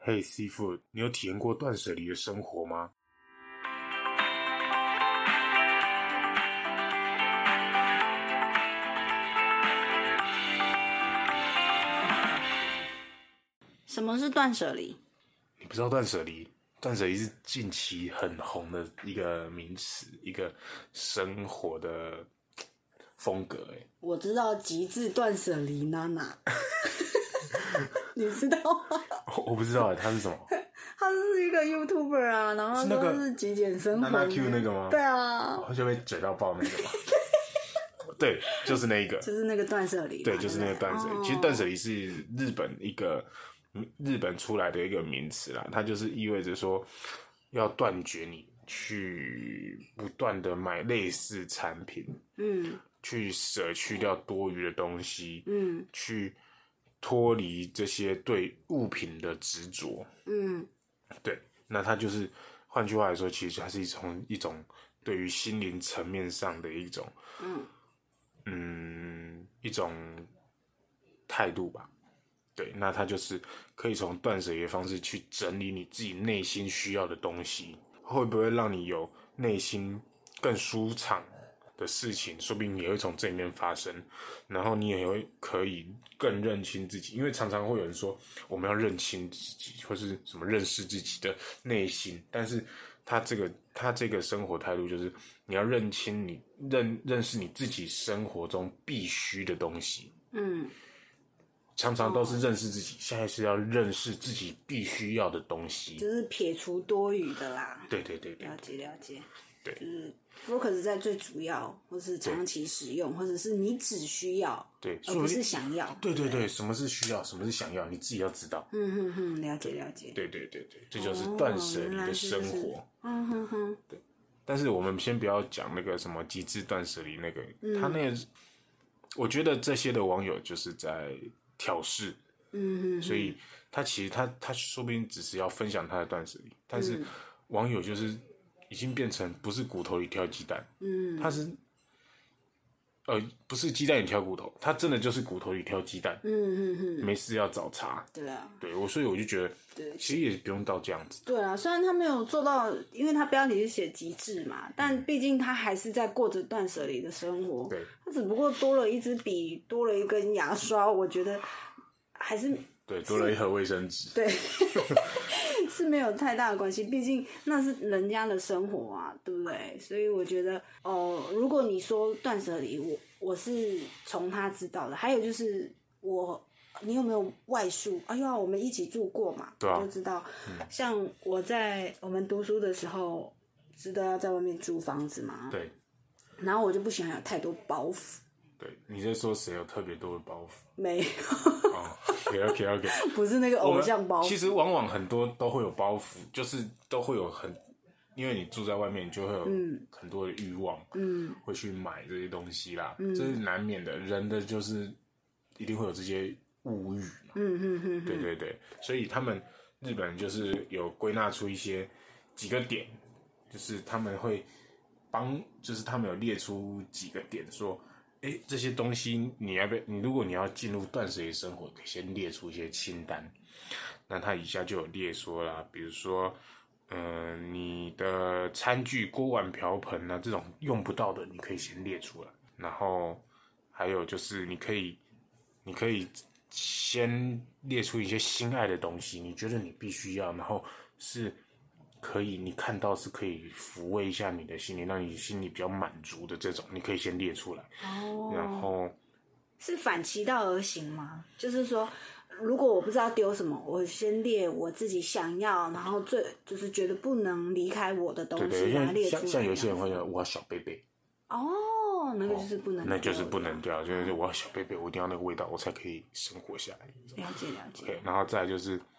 嘿，Seafood，你有体验过断舍离的生活吗？ 什么是断舍离？ 你不知道断舍离？断舍离是近期很红的一个名词，一个生活的风格。 我知道极致断舍离娜娜，你知道吗？ 我不知道他是什么。 他是一个 YouTuber 啊，然后是那个都是极简生活。 娜娜 Q 那个吗？ 对啊， 就被嘴到爆那个吗？对，就是那一个， 就是那个断舍离。 对，就是那个断舍离。其实断舍离是日本出来的一个名词啦，它就是意味着说要断绝你去不断的买类似产品，去舍去掉多余的东西，去脱离这些对物品的执着，对，那它就是换句话来说，其实它是一种对于心灵层面上的一种，一种态度吧。对，那它就是可以从断舍离的方式去整理你自己内心需要的东西，会不会让你有内心更舒畅的事情，说不定也会从这里面发生，然后你也会可以更认清自己，因为常常会有人说我们要认清自己，或是什么认识自己的内心，但是他这个生活态度就是你要认清认识你自己生活中必须的东西，常常都是认识自己，现在是要认识自己必须要的东西， 就是撇除多余的啦。 对， 了解。 对， 就是 focus 在最主要，或是长期使用，或者是你只需要， 对， 而不是想要。 对，什么是需要，什么是想要，你自己要知道。 了解。 对，这就是断舍离的生活。对。但是我们先不要讲那个什么极致断舍离那个，他那个，我觉得这些的网友就是在挑事，所以他其实他说不定只是要分享他的断舍离，但是网友就是已经变成不是骨头里挑鸡蛋，他是不是鸡蛋里挑骨头，他真的就是骨头里挑鸡蛋，没事要找茬， 对啊， 对，所以我就觉得，其实也不用到这样子， 对啊，虽然他没有做到，因为他标题是写极致嘛，但毕竟他还是在过着断舍离的生活， 对， 他只不过多了一支笔，多了一根牙刷，我觉得还是对，多了一盒卫生纸， 对。是没有太大的关系，毕竟那是人家的生活啊，对不对？所以我觉得，如果你说断舍离，我是从他知道的。还有就是你有没有外宿？哎呀，我们一起住过嘛， 对啊， 就知道。像我们读书的时候，知道要在外面租房子嘛， 对。 然后我就不喜欢有太多包袱。 对，你在说谁有特别多的包袱？ 没有。 OK， 不是那个偶像包袱。 其实往往很多都会有包袱，就是都会有因为你住在外面，你就会有很多的欲望，会去买这些东西啦，这是难免的，人的就是一定会有这些物欲嘛，对，所以日本人就是有归纳出几个点，就是他们会就是他们有列出几个点说。这些东西如果你要进入断舍离生活，可以先列出一些清单。那他以下就有列说啦，比如说，你的餐具、锅碗瓢盆啊，这种用不到的，你可以先列出来。然后还有就是你可以先列出一些心爱的东西，你觉得你必须要，然后是可以你看到是可以抚慰一下你的心灵，让你心里比较满足的这种，你可以先列出来。然后是反其道而行吗？就是说，如果我不知道丢什么，我先列我自己想要，然后就是觉得不能离开我的东西，把它列出来。 像有些人会说我要小贝贝。 那个就是不能丢， 那就是不能掉，就是我要小贝贝，我一定要那个味道，我才可以生活下来。 了解。 Okay, 然后再来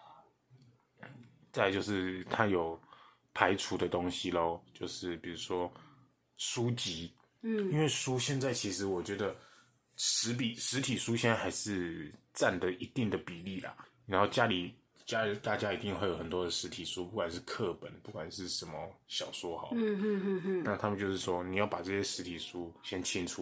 就是它有排除的东西咯，就是比如说书籍，因为书现在其实我觉得实体书现在还是占的一定的比例啦，然后大家一定会有很多的实体书，不管是课本，不管是什么小说好，那他们就是说你要把这些实体书先清出来，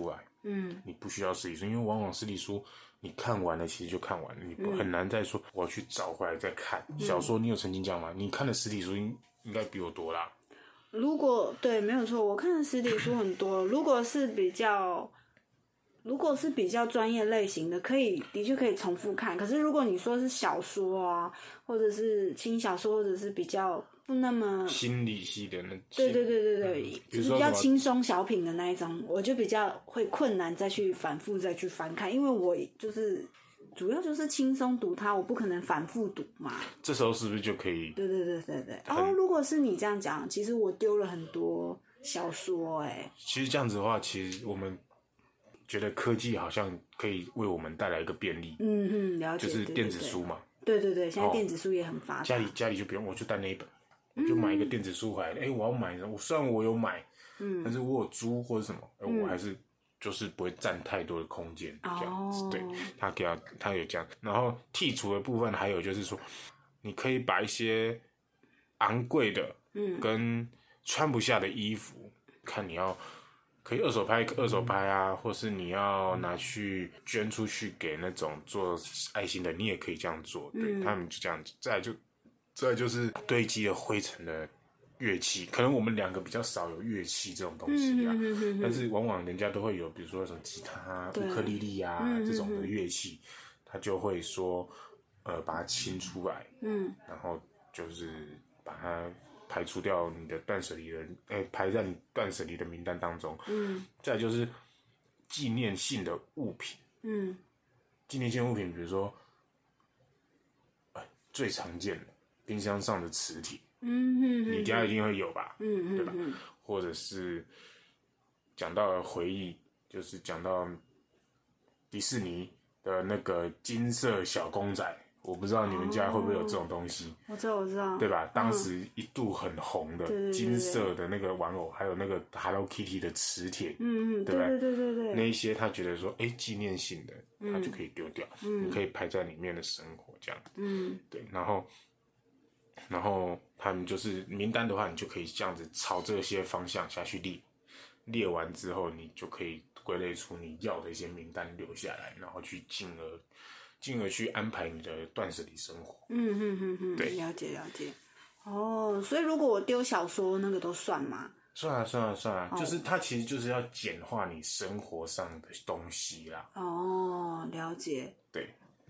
你不需要实体书，因为往往实体书你看完了其实就看完了，你很难再说我要去找回来再看。小说你有曾经这样吗？你看的实体书应该比我多啦。 如果对，没有错，我看的实体书很多。如果是比较专业类型的，的确可以重复看。可是如果你说是小说啊，或者是轻小说，或者是比较不那么心理系的那对，就是比较轻松小品的那一种，我就比较会困难再去反复再去翻看，因为我就是主要就是轻松读它，我不可能反复读嘛。 这时候是不是就可以？ 对。如果是你这样讲，其实我丢了很多小说其实这样子的话，其实我们觉得科技好像可以为我们带来一个便利。 了解。 就是电子书嘛。 对，现在电子书也很发达。 家里就不用，我就带那一本。我就买一个电子书回来，我要买什么？虽然我有买，但是我有租或者什么，我还是就是不会占太多的空间，这样子。对，他有这样。然后剔除的部分还有就是说，你可以把一些昂贵的，跟穿不下的衣服，看你要可以二手拍啊，或是你要拿去捐出去给那种做爱心的，你也可以这样做。对，他们就这样子。再来就是堆积了灰尘的乐器，可能我们两个比较少有乐器这种东西啊，但是往往人家都会有，比如说什么吉他、乌克丽丽啊这种的乐器，他就会说，把它清出来，然后就是把它排除掉你的断舍离的，排在你断舍离的名单当中。再来就是纪念性的物品，纪念性物品，比如说，最常见的。冰箱上的磁铁，你家一定会有吧，对吧？或者是讲到回忆，就是讲到迪士尼的那个金色小公仔，我不知道你们家会不会有这种东西。 我知道， 对吧？当时一度很红的金色的那个玩偶，还有那个 Hello Kitty 的磁铁，对吧？ 对， 那一些他觉得说，纪念性的，他就可以丢掉，你可以排在里面的生活这样，对，然后他们就是名单的话，你就可以这样子朝这些方向下去列完之后，你就可以归类出你要的一些名单留下来，然后去进而去安排你的断舍离生活。对， 了解。所以如果我丢小说，那个都算吗？ 算啊，就是它其实就是要简化你生活上的东西啦。 了解。 对，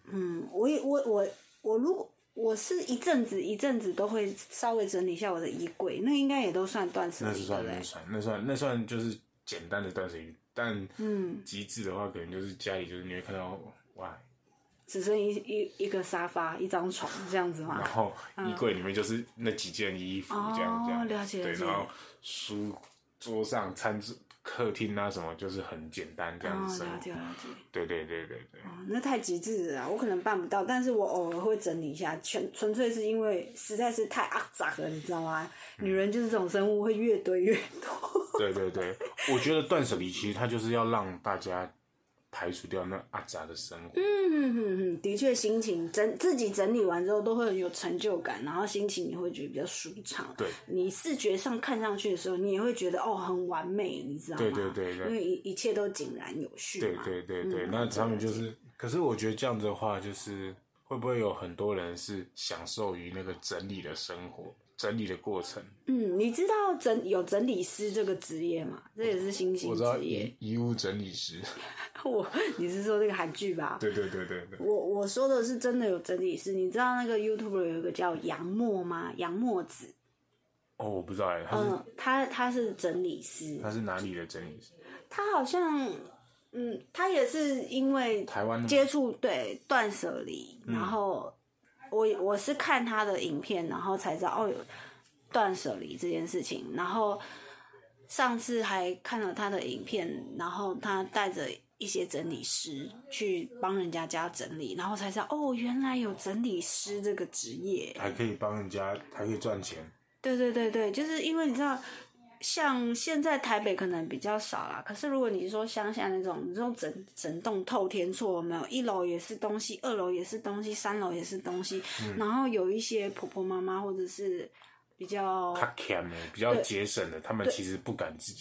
我如果我是一阵子都会稍微整理一下我的衣柜，那应该也都算断舍离。 那算就是简单的断舍离，但极致的话，可能就是家里就是你会看到哇， 只剩一个沙发、一张床这样子嘛。 然后衣柜里面就是那几件衣服这样。 了解。 对，然后书桌上、客厅啊什么，就是很简单这样子生活。 了解。 对。 那太极致了，我可能办不到，但是我偶尔会整理一下，纯粹是因为实在是太肮脏了，你知道吗？女人就是这种生物，会越堆越多。 对，我觉得断舍离其实它就是要让大家排除掉那阿杂的生活。 的确，心情自己整理完之后都会很有成就感，然后心情也会觉得比较舒畅。 对， 你视觉上看上去的时候，你也会觉得很完美，你知道吗？ 对， 因为一切都井然有序嘛。 对，那他们就是，可是我觉得这样子的话，就是会不会有很多人是享受于那个整理的生活？整理的过程。 你知道有整理师这个职业吗？这也是新兴职业。 我知道遗物整理师。 你是说这个韩剧吧？ 对。 我说的是真的有整理师。你知道那个 YouTuber 有一个叫杨墨吗？杨墨子。 我不知道他是整理师。 他是哪里的整理师？ 他好像他也是因为台湾接触对断舍离，然后我是看他的影片，然后才知道有断舍离这件事情。然后上次还看了他的影片，然后他带着一些整理师去帮人家整理，然后才知道原来有整理师这个职业， 还可以帮人家，还可以赚钱。 对，就是因为你知道。像现在台北可能比较少啦，可是如果你说乡下那种整栋透天厝，有没有？一楼也是东西，二楼也是东西，三楼也是东西，然后有一些婆婆妈妈或者是比较比较节省的，他们其实不敢自己，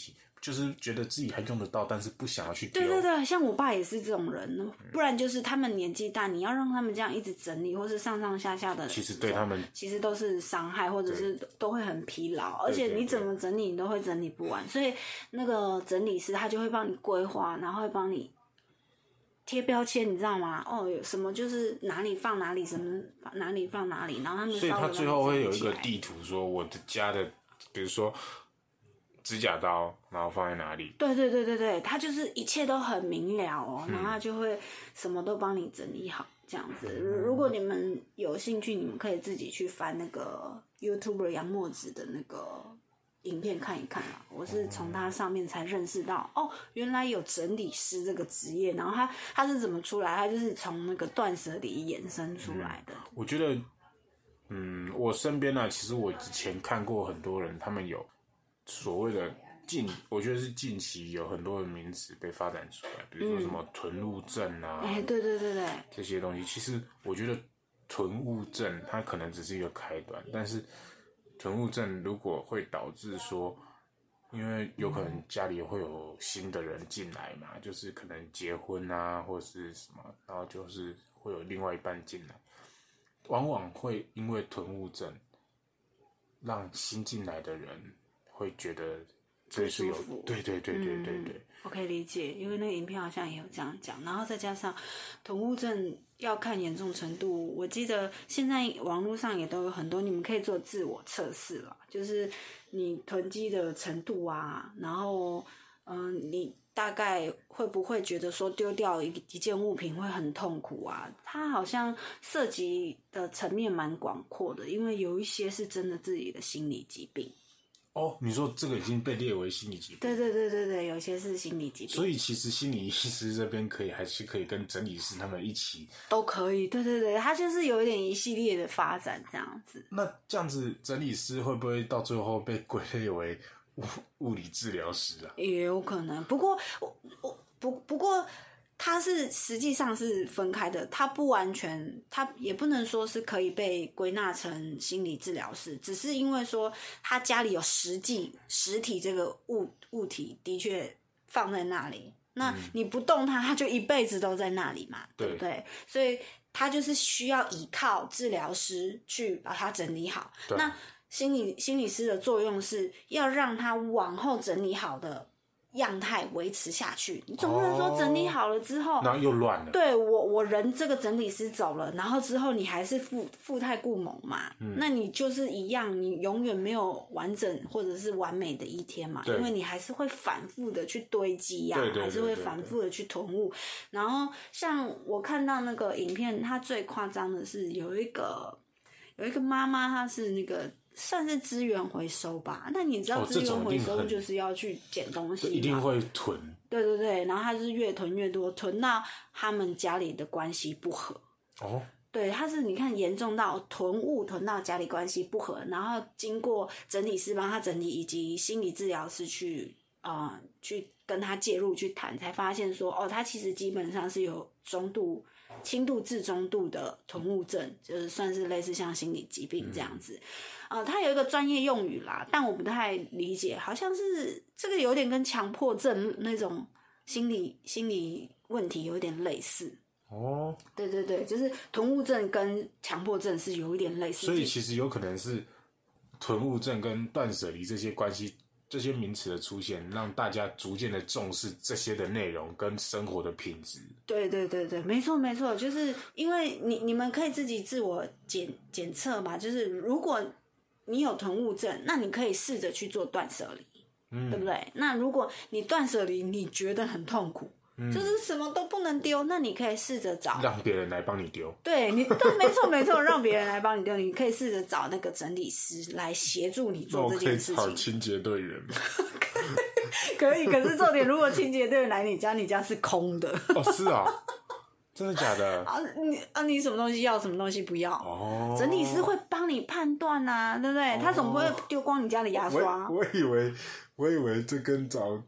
就是觉得自己还用得到，但是不想要去丢。 对对对，像我爸也是这种人，不然就是他们年纪大，你要让他们这样一直整理，或是上上下下的， 其实对他们其实都是伤害，或者是都会很疲劳，而且你怎么整理你都会整理不完，所以那个整理师他就会帮你规划，然后会帮你贴标签，你知道吗？哦，有什么就是哪里放哪里，什么哪里放哪里，然后他们所以他最后会有一个地图，说我的家的，比如说指甲刀，然后放在哪里？ 对对对对对，他就是一切都很明了哦，然后他就会什么都帮你整理好这样子。如果你们有兴趣，你们可以自己去翻那个 YouTuber 杨墨子的那个影片看一看啦。我是从他上面才认识到，哦，原来有整理师这个职业，然后他是怎么出来？他就是从那个断舍离衍生出来的。 我觉得，我身边呢，其实我之前看过很多人，他们有所谓的我觉得是近期有很多的名词被发展出来，比如说什么囤物症啊， 对对对对， 这些东西，其实我觉得囤物症它可能只是一个开端，但是囤物症如果会导致说，因为有可能家里会有新的人进来嘛，就是可能结婚啊或是什么，然后就是会有另外一半进来，往往会因为囤物症让新进来的人会觉得这是有对， 我可以理解，因为那个影片好像也有这样讲，然后再加上囤物症要看严重程度，我记得现在网络上也都有很多，你们可以做自我测试啦，就是你囤积的程度啊，然后你大概会不会觉得说丢掉一件物品会很痛苦啊？它好像涉及的层面蛮广阔的，因为有一些是真的自己的心理疾病。 哦，你说这个已经被列为心理疾病？ 对对对对对，有些是心理疾病。 所以其实心理医师这边还是可以跟整理师他们一起都可以。对对对，它就是有一点一系列的发展这样子。 那这样子，整理师会不会到最后被归类为物理治疗师啊？ 也有可能，不过不过。它是实际上是分开的，它不完全，它也不能说是可以被归纳成心理治疗师，只是因为说他家里有实体这个物体的确放在那里，那你不动它，它就一辈子都在那里嘛，对不对？所以他就是需要依靠治疗师去把它整理好。那心理师的作用是要让它往后整理好的样态维持下去，你总不能说整理好了之后， 然后又乱了。 对，我人这个整理师走了，然后之后你还是富态固萌嘛，那你就是一样，你永远没有完整或者是完美的一天嘛，因为你还是会反复的去堆积呀，还是会反复的去囤物。然后像我看到那个影片，它最夸张的是有一个妈妈，她是那个。算是资源回收吧，那你知道资源回收就是要去捡东西嘛， 一定会囤。对对对，然后他就是越囤越多，囤到他们家里的关系不和。 哦， 对，他是你看严重到囤到家里关系不和，然后经过整理师帮他整理，以及心理治疗师去跟他介入去谈，才发现说他其实基本上是有轻度至中度的囤物症，就是算是类似像心理疾病这样子。它有一个专业用语啦，但我不太理解，好像是这个有点跟强迫症那种心理问题有点类似。 哦， 对对对，就是囤物症跟强迫症是有一点类似。 所以其实有可能是囤物症跟断舍离这些关系。这些名词的出现，让大家逐渐的重视这些的内容跟生活的品质。 对对对对，没错没错，就是因为你们可以自己自我检测嘛，就是如果你有囤物症，那你可以试着去做断舍离，对不对？那如果你断舍离你觉得很痛苦，就是什么都不能丢，那你可以试着找让别人来帮你丢。 对，没错没错，让别人来帮你丢，你可以试着找那个整理师来协助你做这件事情。 那我可以找清洁队员吗？ 可以，可是重点，如果清洁队员来你家是空的。 哦，是啊，真的假的？ 你什么东西要，什么东西不要？哦，整理师会帮你判断啊，对不对？他总不会丢光你家的牙刷。 我以为这跟找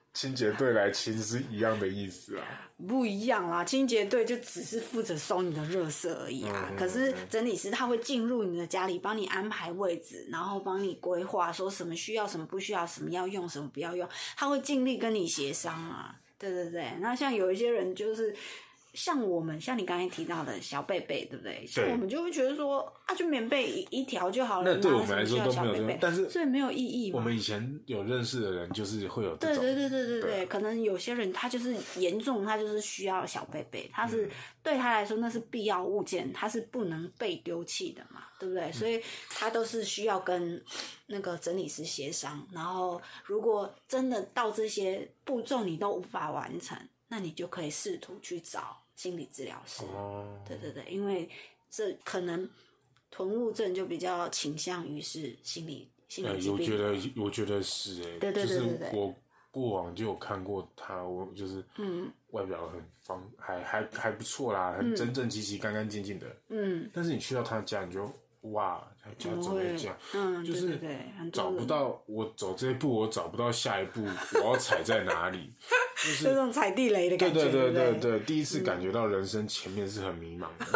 清洁队来清是一样的意思啊。 不一样啦，清洁队就只是负责收你的垃圾而已啊。可是整理师他会进入你的家里，帮你安排位置，然后帮你规划，说什么需要，什么不需要，什么要用，什么不要用，他会尽力跟你协商啊。对对对，那像有一些人就是像我们，像你刚才提到的小被被，对不对？像我们就会觉得说啊，就棉被一条就好了。 那对我们来说都没有这个，但是所以没有意义嘛。 我们以前有认识的人，就是会有这种。 对，可能有些人他就是严重，他就是需要小被被，他是、对他来说那是必要物件，他是不能被丢弃的嘛，对不对？所以他都是需要跟那个整理师协商，然后如果真的到这些步骤你都无法完成，那你就可以试图去找心理治疗师。对对对，因为这可能囤物症就比较倾向于是心理疾病。 我觉得是对， 就是我过往就有看过他，我就是外表很还不错啦，很整整齐齐、干干净净的。但是你去到他家，你就哇，他家怎么会这样？就是找不到我走这一步，我找不到下一步，我要踩在哪里？就是这种踩地雷的感觉。 对，第一次感觉到人生前面是很迷茫的。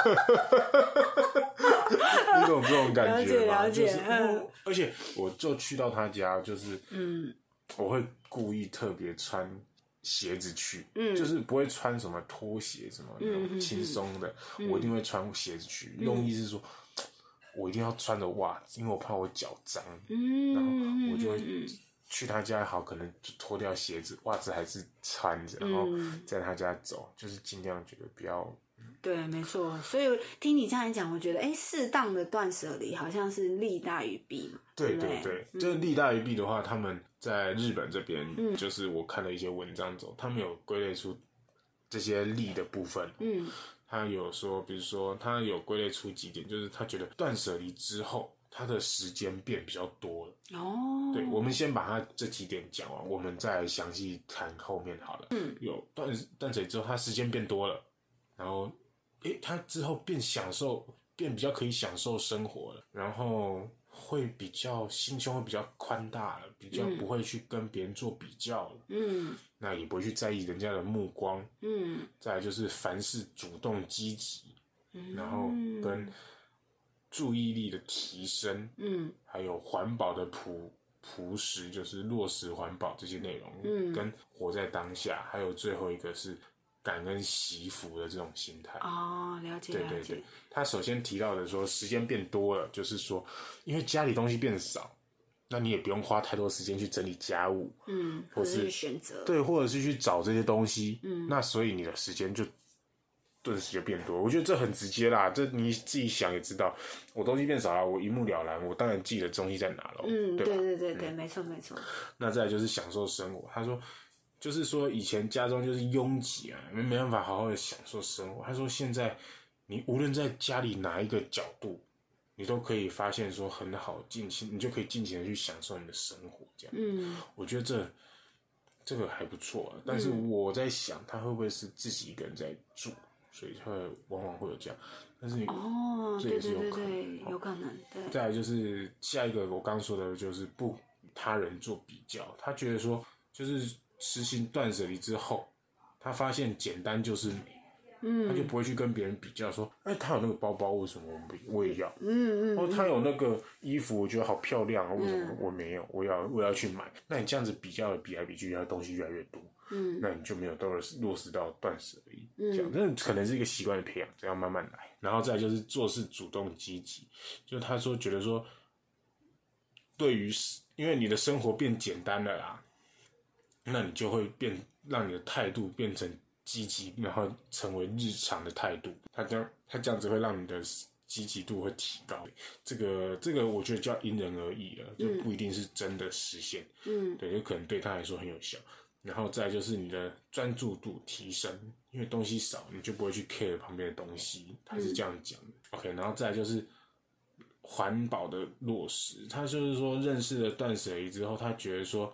你懂这种感觉吗？ 了解， 而且我就去到他家，就是我会故意特别穿鞋子去，就是不会穿什么拖鞋什么那种轻松的，我一定会穿鞋子去。用意是说，我一定要穿着袜子，因为我怕我脚脏，然后我就会去他家，好可能就脱掉鞋子，袜子还是穿着，然后在他家走，就是尽量觉得不要。 对，没错。所以听你这样讲，我觉得，适当的断舍离好像是利大于弊嘛。 对，这利大于弊的话，他们在日本这边，就是我看了一些文章中，他们有归类出这些利的部分。他有说，比如说，他有归类出几点，就是他觉得断舍离之后，他的时间变比较多了。对，我们先把他这几点讲完，我们再详细谈后面好了。有断舍离之后，他时间变多了，然后他之后变比较可以享受生活了，然后会比较心胸会比较宽大了，比较不会去跟别人做比较了。那也不会去在意人家的目光。再来就是凡事主动积极，然后跟注意力的提升，还有环保的朴实，就是落实环保这些内容，跟活在当下，还有最后一个是感恩惜福的这种心态。 了解。 对，他首先提到的说时间变多了，就是说因为家里东西变少，那你也不用花太多时间去整理家务， 或者是选择， 对，或者是去找这些东西，那所以你的时间就顿时就变多。我觉得这很直接啦，这你自己想也知道，我东西变少了，我一目了然，我当然记得东西在哪了。 对，没错。 那再来就是享受生活，他说。就是说，以前家中就是拥挤啊，没办法好好的享受生活。他说，现在你无论在家里哪一个角度，你都可以发现说很好尽情，你就可以尽情的去享受你的生活。这样，我觉得这个还不错啊。但是我在想，他会不会是自己一个人在住，所以会往往会有这样。但是这也是有可能， 对，有可能。对。 再来就是下一个我刚说的，就是不他人做比较。他觉得说，就是实行断舍离之后，他发现简单就是美，他就不会去跟别人比较说，他有那个包包，为什么我也要？或他有那个衣服，我觉得好漂亮啊，为什么我没有？我要去买。那你这样子比较比来比去，它东西越来越多，那你就没有落实到断舍离。这样，这可能是一个习惯的培养，这样慢慢来。然后再来就是做事主动积极，就是他说觉得说，对于因为你的生活变简单了啦。那你就会让你的态度变成积极，然后成为日常的态度。它这样子会让你的积极度会提高。这个我觉得就要因人而异了，就不一定是真的实现。对，有可能对他来说很有效。然后再来就是你的专注度提升，因为东西少，你就不会去 care 旁边的东西。他是这样讲的。OK， 然后再来就是环保的落实。他就是说认识了断舍离之后，他觉得说。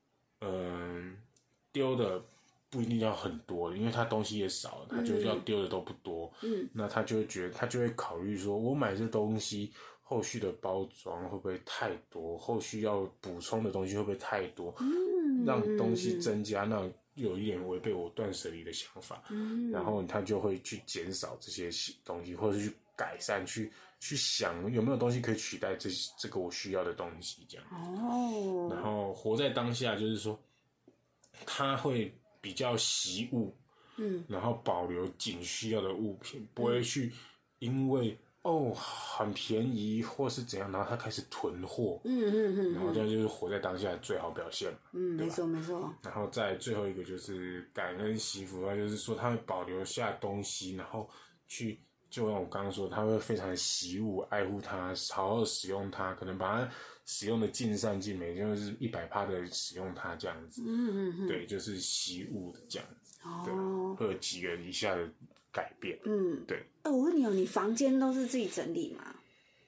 丢的不一定要很多，因为他东西也少了，他就要丢的都不多。那他就会觉得，他就会考虑说，我买这东西后续的包装会不会太多，后续要补充的东西会不会太多，让东西增加，那有一点违背我断舍离的想法，然后他就会去减少这些东西，或者是去改善，去想有没有东西可以取代这个我需要的东西，这样。然后活在当下，就是说，他会比较惜物，然后保留仅需要的物品，不会去因为很便宜或是怎样，然后他开始囤货，然后这样就是活在当下的最好表现嘛， 没错没错。 然后再最后一个就是感恩惜福，就是说他会保留下东西，然后去就像我刚刚说，他会非常的惜物，爱护它，好好使用它，可能把它使用的尽善尽美，就是100%的使用它这样子，对，就是惜物的这样子，对，会有几个以下的改变，对。 我问你你房间都是自己整理吗？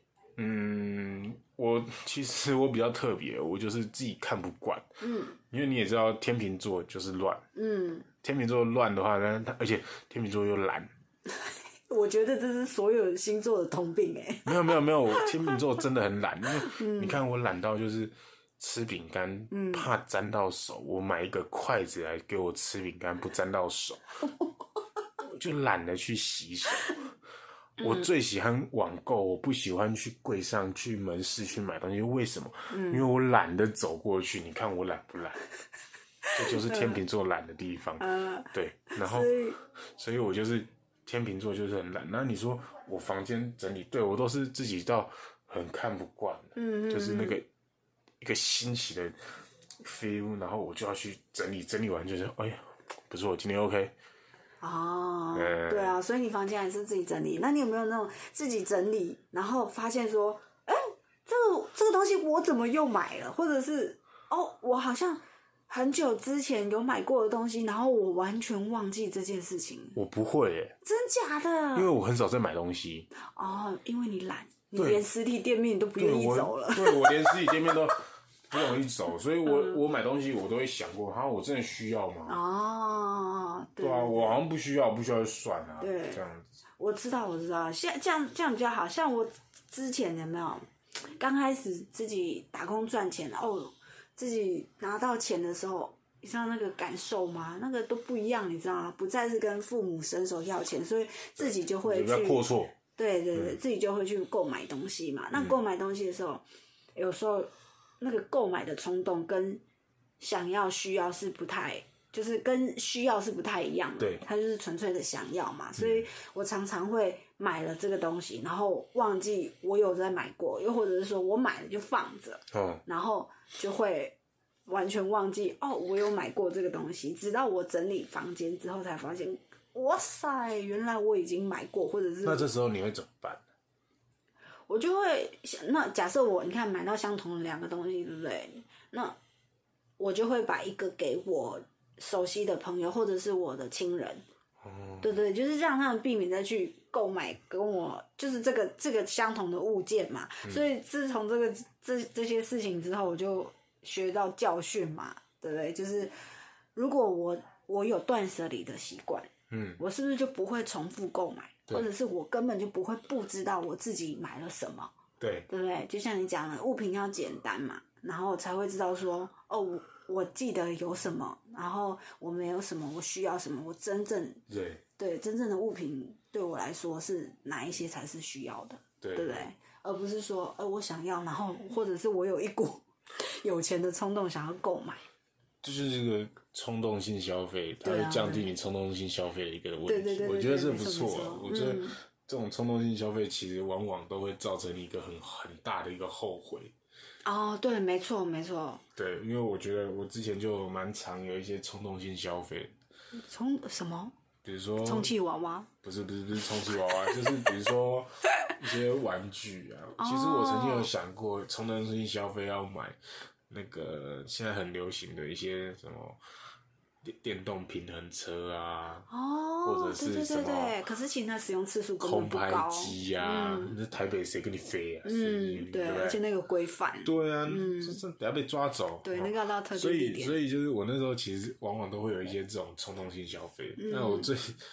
其实我比较特别，我就是自己看不惯，因为你也知道天秤座就是乱，天秤座乱的话呢，而且天秤座又懒， 我觉得这是所有星座的通病没有，天秤座真的很懒，因为你看我懒到就是吃饼干，怕沾到手，我买一个筷子来给我吃饼干，不沾到手，我就懒得去洗手。我最喜欢网购，我不喜欢去柜上去门市去买东西，为什么？因为我懒得走过去。你看我懒不懒？这就是天秤座懒的地方。对，然后所以我就是天秤座，就是很懒。那你说我房间整理，对我都是自己到很看不惯，就是那个一个新奇的 feel， 然后我就要去整理，整理完就是哎呀，不错，今天 OK。 对啊，所以你房间还是自己整理。那你有没有那种自己整理，然后发现说，这个东西我怎么又买了？或者是我好像很久之前有买过的东西，然后我完全忘记这件事情。 我不会耶， 真假的？ 因为我很少在买东西。 因为你懒，你连实体店面都不愿意走了。 对，我连实体店面都不容易走，所以我买东西我都会想过，我真的需要吗？对啊，我好像不需要就算了。对，这样子。 我知道，这样比较好。像我之前有没有刚开始自己打工赚钱，自己拿到钱的时候，你知道那个感受吗？那个都不一样，你知道吗？不再是跟父母伸手要钱，所以自己就会去扩错。 对，自己就会去购买东西嘛。那购买东西的时候，有时候那个购买的冲动跟想要需要是不太，就是跟需要是不太一样的。 对， 它就是纯粹的想要嘛。所以我常常会买了这个东西，然后忘记我有在买过，又或者是说我买了就放着，然后就会完全忘记我有买过这个东西，直到我整理房间之后才发现，哇塞，原来我已经买过，或者是那这时候你会怎么办？ 我就会那假设你看买到相同的2个东西，对不对？那我就会把一个给我熟悉的朋友或者是我的亲人，对，就是让他们避免再去购买跟我就是这个相同的物件嘛。所以自从这些事情之后，我就学到教训嘛，对不对？就是如果我有断舍离的习惯，我是不是就不会重复购买？或者是我根本就不知道我自己买了什么，对不对？就像你讲的，物品要简单嘛，然后才会知道说，我记得有什么，然后我没有什么，我需要什么，我真正真正的物品对我来说是哪一些才是需要的，对不对？而不是说，我想要，然后或者是我有一股有钱的冲动想要购买。 就是这个冲动性消费，它会降低你冲动性消费的一个问题。对，我觉得这不错。我觉得这种冲动性消费其实往往都会造成你一个很大的一个后悔。 对，没错。 对，因为我觉得我之前就蛮常有一些冲动性消费。 什么？ 比如说充气娃娃？ 不是充气娃娃，就是比如说一些玩具啊。其实我曾经有想过冲动性消费要买那个现在很流行的一些什么电动平衡车啊，或者是什么对，可是其实它使用次数根本不高。 空拍机啊，那台北谁跟你飞啊？ 对，而且那个规范。 对啊，就是等下被抓走。 对，那个要到特定地点。 所以就是我那时候其实往往都会有一些这种冲动性消费。那我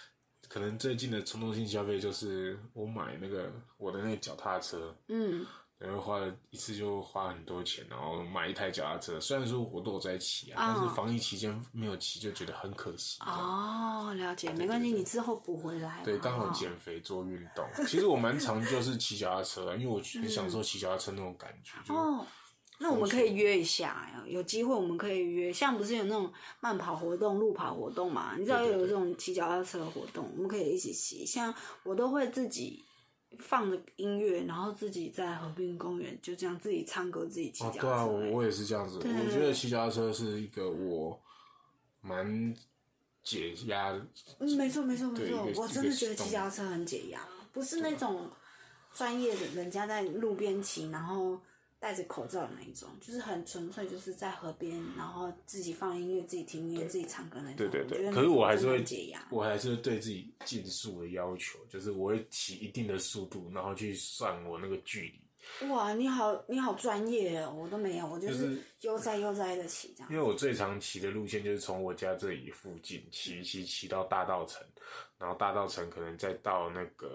可能最近的冲动性消费就是我买我的那个脚踏车，然后一次就花很多钱，然后买一台脚踏车。虽然说我都有在骑啊，但是防疫期间没有骑就觉得很可惜。 哦，了解，没关系，你之后补回来。 对，刚好减肥做运动。其实我蛮常就是骑脚踏车啊，因为我很享受骑脚踏车那种感觉。 哦，那我们可以约一下，有机会我们可以约。像不是有那种慢跑活动、路跑活动嘛？你知道有这种骑脚踏车的活动，我们可以一起骑。像我都会自己放着音乐，然后自己在河滨公园就这样自己唱歌、自己骑脚踏车。 对啊，我也是这样子。我觉得骑脚踏车是一个我蛮解压的。 没错，我真的觉得骑脚踏车很解压，不是那种专业的人家在路边骑，然后戴着口罩的那一种，就是很纯粹，就是在河边，然后自己放音乐、自己听音乐、自己唱歌那种。 对。可是我还是会解压，我还是会对自己竞速的要求，就是我会骑一定的速度，然后去算我那个距离。 哇，你好专业哦，我都没有，我就是悠哉的骑这样。 因为我最常骑的路线就是从我家这里附近骑到大稻埕，然后大稻埕可能再到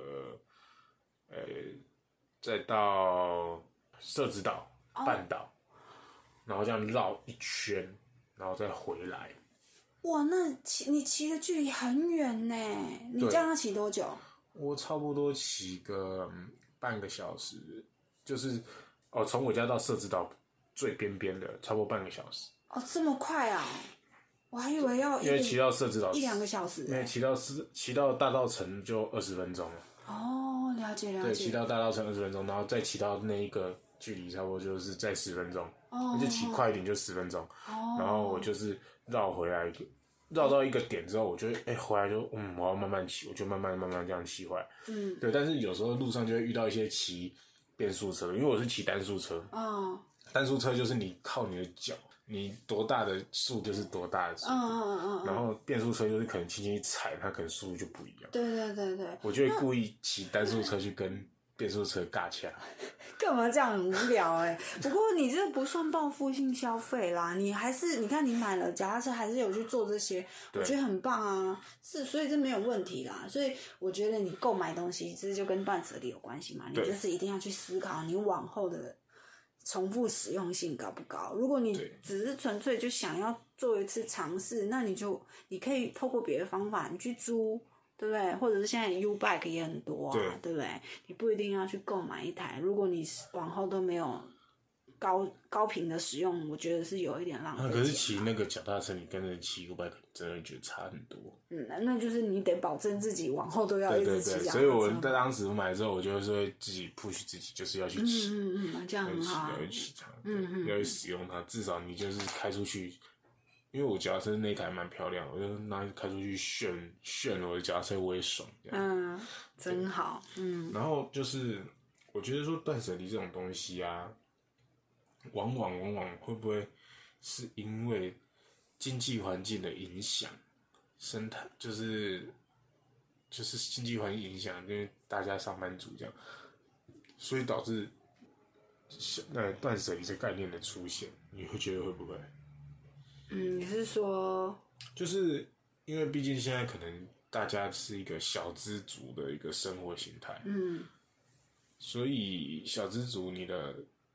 再到社子岛、半岛，然后这样绕一圈，然后再回来。 哇，那你骑的距离很远呢，你这样要骑多久？ 我差不多骑个半个小时，就是从我家到社子岛最边边的，差不多半个小时。 哦，这么快啊！我还以为要因为骑到社子岛 1-2个小时， 因为骑到大稻埕就20分钟了。 哦，了解。 对，骑到大稻埕20分钟，然后再骑到那一个距离，差不多就是再10分钟。哦，就骑快一点就10分钟。哦，然后我就是绕回来，绕到一个点之后，我就回来就我要慢慢骑，我就慢慢这样骑回来。对，但是有时候路上就会遇到一些骑变速车，因为我是骑单速车。单速车就是你靠你的脚，你多大的速就是多大的速。然后变速车就是可能轻轻一踩，它可能速度就不一样。 对。 我就会故意骑单速车去跟变速车尬掐。 干嘛这样很无聊不过你这不算报复性消费啦，你看你买了脚踏车还是有去做这些，我觉得很棒啊，所以这没有问题啦。所以我觉得你购买东西这就跟断舍离有关系嘛，你就是一定要去思考你往后的重复使用性高不高。如果你只是纯粹就想要做一次尝试，那你可以透过别的方法，你去租，对不对？或者是现在 U-Bike 也很多啊，对不对？你不一定要去购买一台，如果你往后都没有高频的使用，我觉得是有一点浪费钱。 可是骑那个脚踏车，你跟着骑 U-Bike 真的觉得差很多。 那就是你得保证自己往后都要一直骑脚踏车。 所以我在当时买之后，我就是会自己 push 自己，就是要去骑。 这样很好。 要去骑它，要去使用它，至少你就是开出去。因为我脚踏车那台蛮漂亮，我就拿开出去炫我的脚踏车，我也爽。 真好。 然后就是我觉得说断舍离这种东西啊，往往会不会是因为经济环境的影响，生态就是经济环境影响，因为大家上班族这样，所以导致断舍离这概念的出现，你会觉得会不会？ 你是说， 就是因为毕竟现在可能大家是一个小资族的一个生活形态，所以小资族你的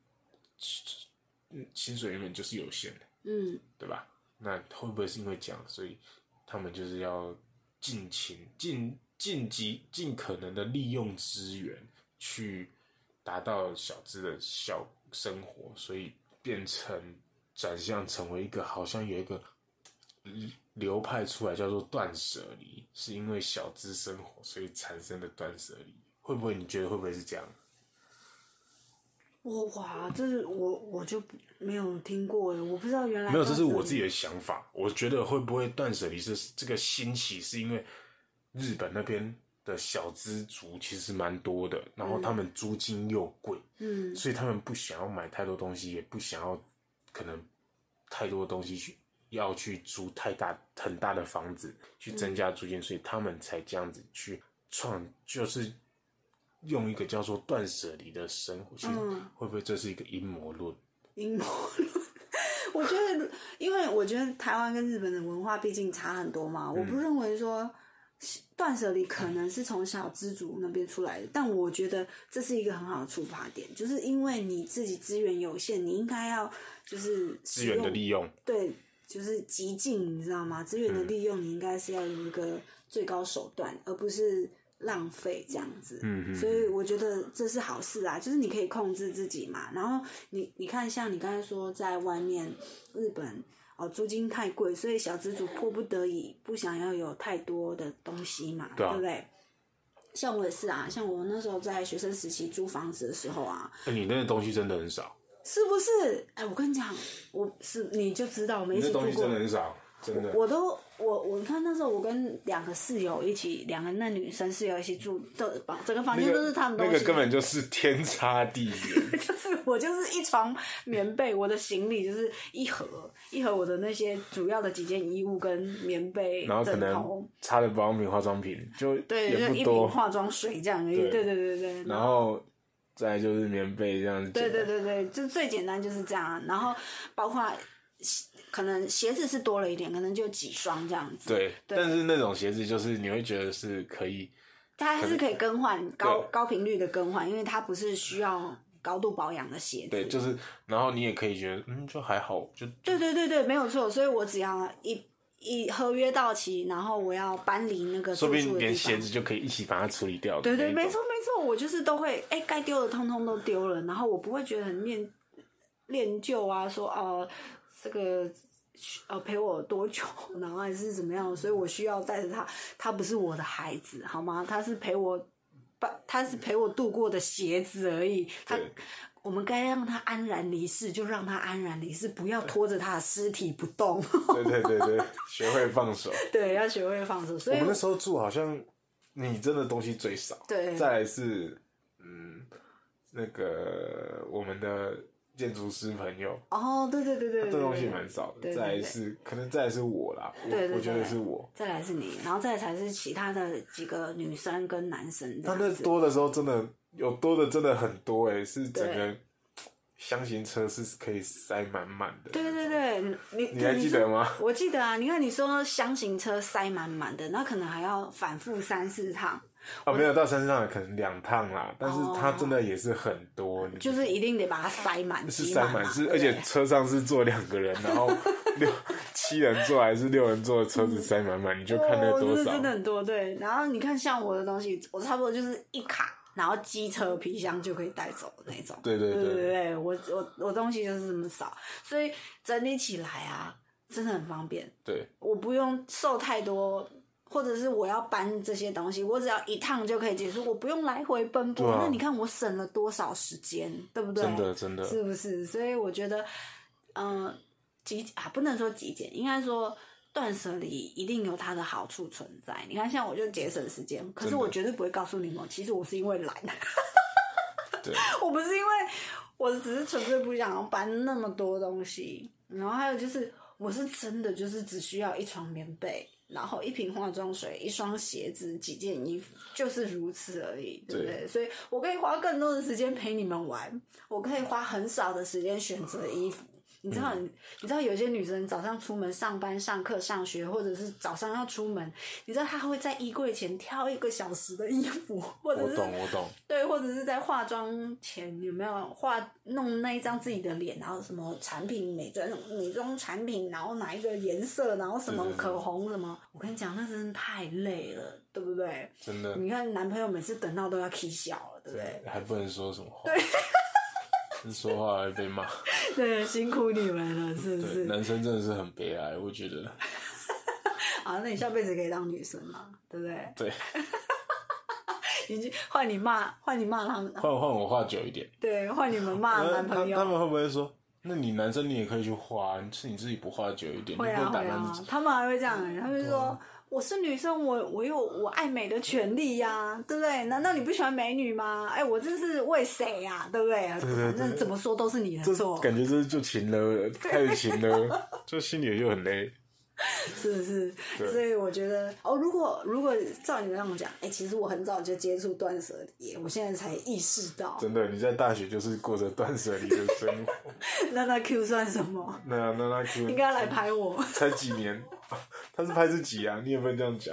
薪水原本就是有限的，对吧？那会不会是因为这样，所以他们就是要尽可能的利用资源去达到小资的小生活，所以转向成为一个好像有一个流派出来叫做断舍离，是因为小资生活所以产生的断舍离，你觉得会不会是这样？ 哇，这是我就没有听过我不知道原来没有，这是我自己的想法。我觉得会不会断舍离是这个兴起，是因为日本那边的小资族其实蛮多的，然后他们租金又贵，所以他们不想要买太多东西，也不想要可能太多东西要去租很大的房子去增加租金，所以他们才这样子去就是用一个叫做断舍离的生活。其实会不会这是一个阴谋论？ 阴谋论，我觉得，因为我觉得台湾跟日本的文化毕竟差很多嘛，我不认为说断舍离可能是从小知足那边出来的，但我觉得这是一个很好的出发点，就是因为你自己资源有限，你应该要就是资源的利用， 对，就是极尽，你知道吗？资源的利用你应该是要有一个最高手段，而不是浪费这样子。所以我觉得这是好事啊，就是你可以控制自己嘛。然后你看，像你刚才说在外面日本。租金太贵，所以小资主迫不得已不想要有太多的东西嘛，对不对？像我也是啊，像我那时候在学生时期租房子的时候啊， 你那个东西真的很少， 是不是？我跟你讲，你就知道我们一起住过， 你那东西真的很少，真的。 我看那时候我跟2个室友一起，2个那女生室友一起住的整个房间都是他们东西， 那个根本就是天差地远。 我就是一床棉被，我的行李就是一盒我的那些主要的几件衣物跟棉被， 然后可能擦的保养品、化妆品就对， 也不多， 就一瓶化妆水这样而已。对。 然后再来就是棉被这样子。 对，就最简单就是这样。然后包括可能鞋子是多了一点，可能就几双这样子。 对，但是那种鞋子就是你会觉得是可以， 它还是可以更换高频率的更换，因为它不是需要高度保养的鞋子。 对，就是然后你也可以觉得就还好，就对，没有错。所以我只要一合约到期，然后我要搬离那个住宿的地方， 说不定连鞋子就可以一起把它处理掉。 对，没错，我就是都会该丢的通通都丢了，然后我不会觉得很恋旧啊，说这个陪我多久，然后还是怎么样，所以我需要带着他不是我的孩子，好吗？他是陪我度过的鞋子而已。我们该让他安然离世，就让他安然离世，不要拖着他的尸体不动。 对，学会放手。 对，要学会放手。所以我们那时候住好像你真的东西最少， 对， 再来是那个我们的建筑师朋友。 对， 这东西蛮少的。 对， 再来是可能再来是我啦，我觉得是我， 再来是你，然后再来才是其他的几个女生跟男生。 他那多的时候真的有多的真的很多是整个箱型车是可以塞满满的。 对， 你还记得吗？ 我记得啊，你看你说箱型车塞满满的，那可能还要反复3-4趟。 没有到3趟，可能2趟啦，但是它真的也是很多， 就是一定得把它塞满， 是塞满，是而且车上是坐2个人，然后7人座还是6人座的车子塞满满，你就看那多少， 真的很多。对，然后你看像我的东西，我差不多就是一卡，然后机车皮箱就可以带走的那种。对，我东西就是这么少，所以整理起来啊，真的很方便。 对， 我不用受太多。或者是我要搬这些东西，我只要一趟就可以结束，我不用来回奔波。那你看我省了多少时间，对不对？ 真的， 是不是？所以我觉得，不能说极简，应该说断舍离一定有它的好处存在。你看，像我就节省时间，可是我绝对不会告诉你们，其实我是因为懒。 对， 我不是因为我只是纯粹不想要搬那么多东西，然后还有就是，我是真的就是只需要一床棉被。然后1瓶化妆水、1双鞋子、几件衣服，就是如此而已，对不对？所以我可以花更多的时间陪你们玩，我可以花很少的时间选择衣服。你知道有些女生早上出门上班、上课、上学，或者是早上要出门，你知道她会在衣柜前挑1个小时的衣服，或者是我懂， 对，或者是在化妆前有没有弄那一张自己的脸，然后什么产品美妆产品，然后哪一个颜色，然后什么口红什么，我跟你讲，那真的太累了，对不对？ 真的， 你看男朋友每次等到都要起笑了，对不对？ 还不能说什么话。 对。 说话会被骂， 对，辛苦你们了，是不是？ 男生真的是很悲哀，我觉得。 啊，那你下辈子可以当女生嘛，对不对？ 对。 换你骂他们， 换我画久一点。 对，换你们骂男朋友。 他们会不会说，那你男生你也可以去画，是你自己不画久一点， 会啊， 你不会打扮自己。 他们还会这样，他们说。我是女生，我有我爱美的权利呀，对不对？难道你不喜欢美女吗？我这是为谁呀，对不对？反正怎么说都是你的错。 感觉这就情了，开始情了，就心里就很累。 是不是？所以我觉得如果照你们这样讲，其实我很早就接触断舍离，我现在才意识到。 真的，你在大学就是过着断舍离的生活。 那 Q 算什么？ 那 Q 应该来拍我。 才几年？他是拍自己啊，你也不能这样讲。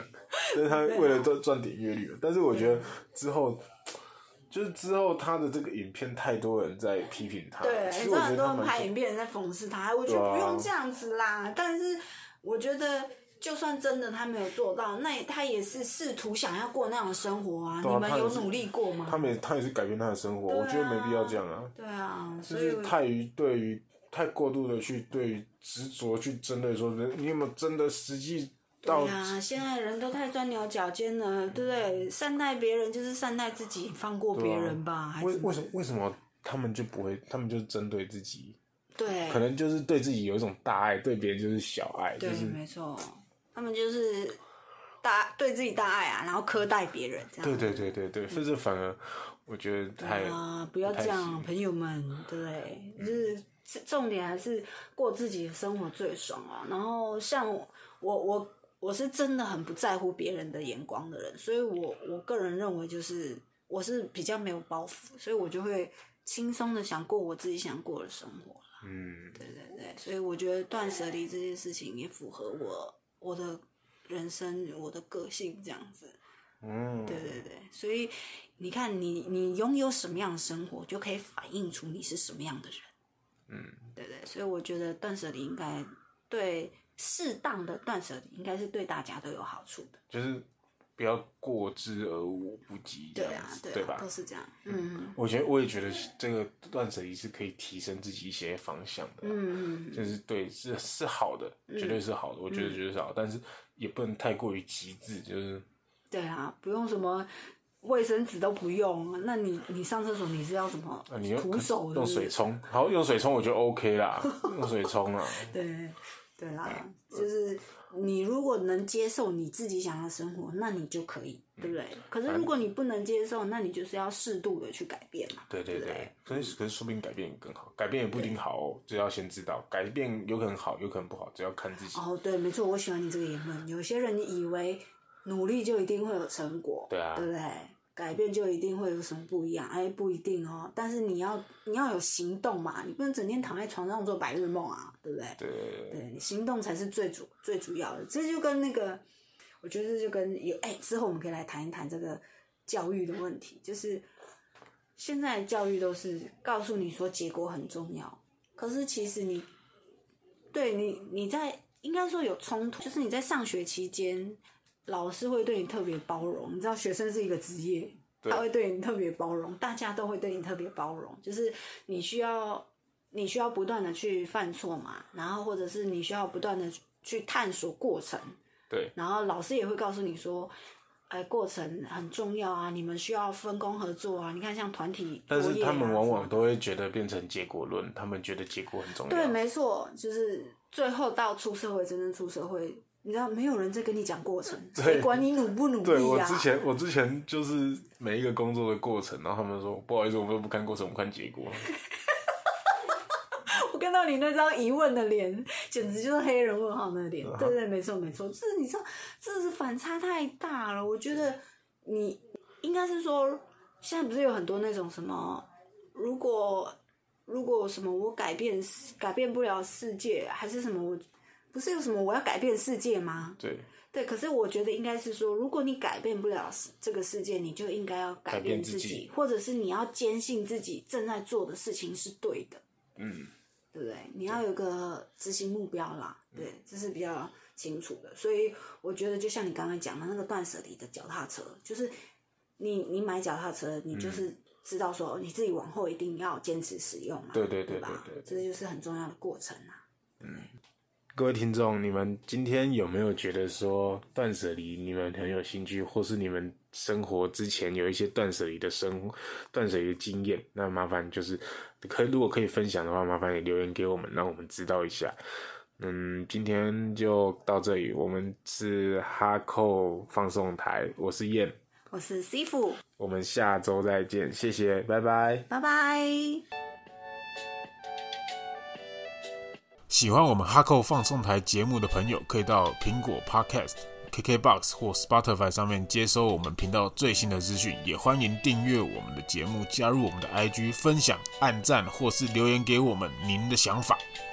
但是他为了赚点阅率，但是我觉得之后。就是之后他的这个影片太多人在批评他， 对，你知道很多人拍影片在讽刺他，我觉得不用这样子啦。但是我觉得，就算真的他没有做到，那他也是试图想要过那样的生活啊。你们有努力过吗？ 他也是改变他的生活，我觉得没必要这样啊。 对啊， 就是太过度的去对于执着去针对说，你有没有真的实际。 对啊，现在人都太钻牛角尖了，对不对？善待别人就是善待自己，放过别人吧。 为什么他们就不会？他们就是针对自己， 对， 可能就是对自己有一种大爱，对别人就是小爱。 对， 就是没错，他们就是对自己大爱啊，然后苛待别人这样。 对，甚至反而我觉得不要这样，朋友们，对不对？就是重点还是过自己的生活最爽啊。然后像我是真的很不在乎别人的眼光的人，所以我个人认为就是我是比较没有包袱，所以我就会轻松的想过我自己想过的生活。对，所以我觉得断舍离这件事情也符合我的人生，我的个性这样子。对，所以你看你拥有什么样的生活，就可以反映出你是什么样的人。对，所以我觉得断舍离应该适当的断舍离应该是对大家都有好处的， 就是不要过之而无不及这样子，对吧？ 都是这样。 我也觉得这个断舍离是可以提升自己一些方向的。就是对，是好的，绝对是好的，我觉得绝对是好的，但是也不能太过于极致，就是。 对啊，不用什么卫生纸都不用，那你上厕所你是要什么？ 你徒手用水冲，好，用水冲我觉得 OK 啦，用水冲啦。 对啦，就是你如果能接受你自己想要的生活，那你就可以，对不对？可是如果你不能接受，那你就是要适度的去改变嘛。 对，可是说不定改变也更好，改变也不一定好哦，就要先知道改变有可能好，有可能不好，只要看自己。 对，没错，我喜欢你这个言论。有些人以为努力就一定会有成果， 对啊， 对不对？改变就一定会有什么不一样？不一定哦。但是你要有行动嘛，你不能整天躺在床上做白日梦啊，对不对？对，你行动才是最主要的。这就跟那个，我觉得这就跟之后我们可以来谈一谈这个教育的问题。就是现在的教育都是告诉你说结果很重要，可是其实你在应该说有冲突，就是你在上学期间。老师会对你特别包容，你知道学生是一个职业，他会对你特别包容，大家都会对你特别包容，就是你需要不断的去犯错嘛，然后或者是你需要不断的去探索过程， 对， 然后老师也会告诉你说，过程很重要啊，你们需要分工合作啊，你看像团体作业但是他们往往都会觉得变成结果论，他们觉得结果很重要。 对，没错，就是最后到出社会，真正出社会。你知道没有人在跟你讲过程，谁管你努不努力啊？ 对，我之前就是每一个工作的过程，然后他们说不好意思，我们不看过程，我们看结果。 我看到你那张疑问的脸，简直就是黑人问号那脸。对，没错，这你知道，这是反差太大了。我觉得你应该是说，现在不是有很多那种什么，如果什么我改变不了世界，还是什么我。不是有什么我要改变世界吗？对，可是我觉得应该是说，如果你改变不了这个世界，你就应该要改变自己，或者是你要坚信自己正在做的事情是对的。对不对？你要有个执行目标啦，对，这是比较清楚的。所以我觉得，就像你刚刚讲的那个断舍离的脚踏车，就是你买脚踏车，你就是知道说你自己往后一定要坚持使用嘛，对吧？这就是很重要的过程啊。 各位听众，你们今天有没有觉得说断舍离你们很有兴趣，或是你们生活之前有一些断舍离的经验？那麻烦就是如果可以分享的话，麻烦也留言给我们，让我们知道一下。今天就到这里，我们是哈扣放送台，我是燕， 我是 C 父， 我们下周再见，谢谢，拜拜， 拜拜。 喜欢我们哈扣放送台节目的朋友，可以到苹果 Podcast、KKBOX 或 Spotify 上面接收我们频道最新的资讯，也欢迎订阅我们的节目，加入我们的 IG， 分享、按赞或是留言给我们您的想法。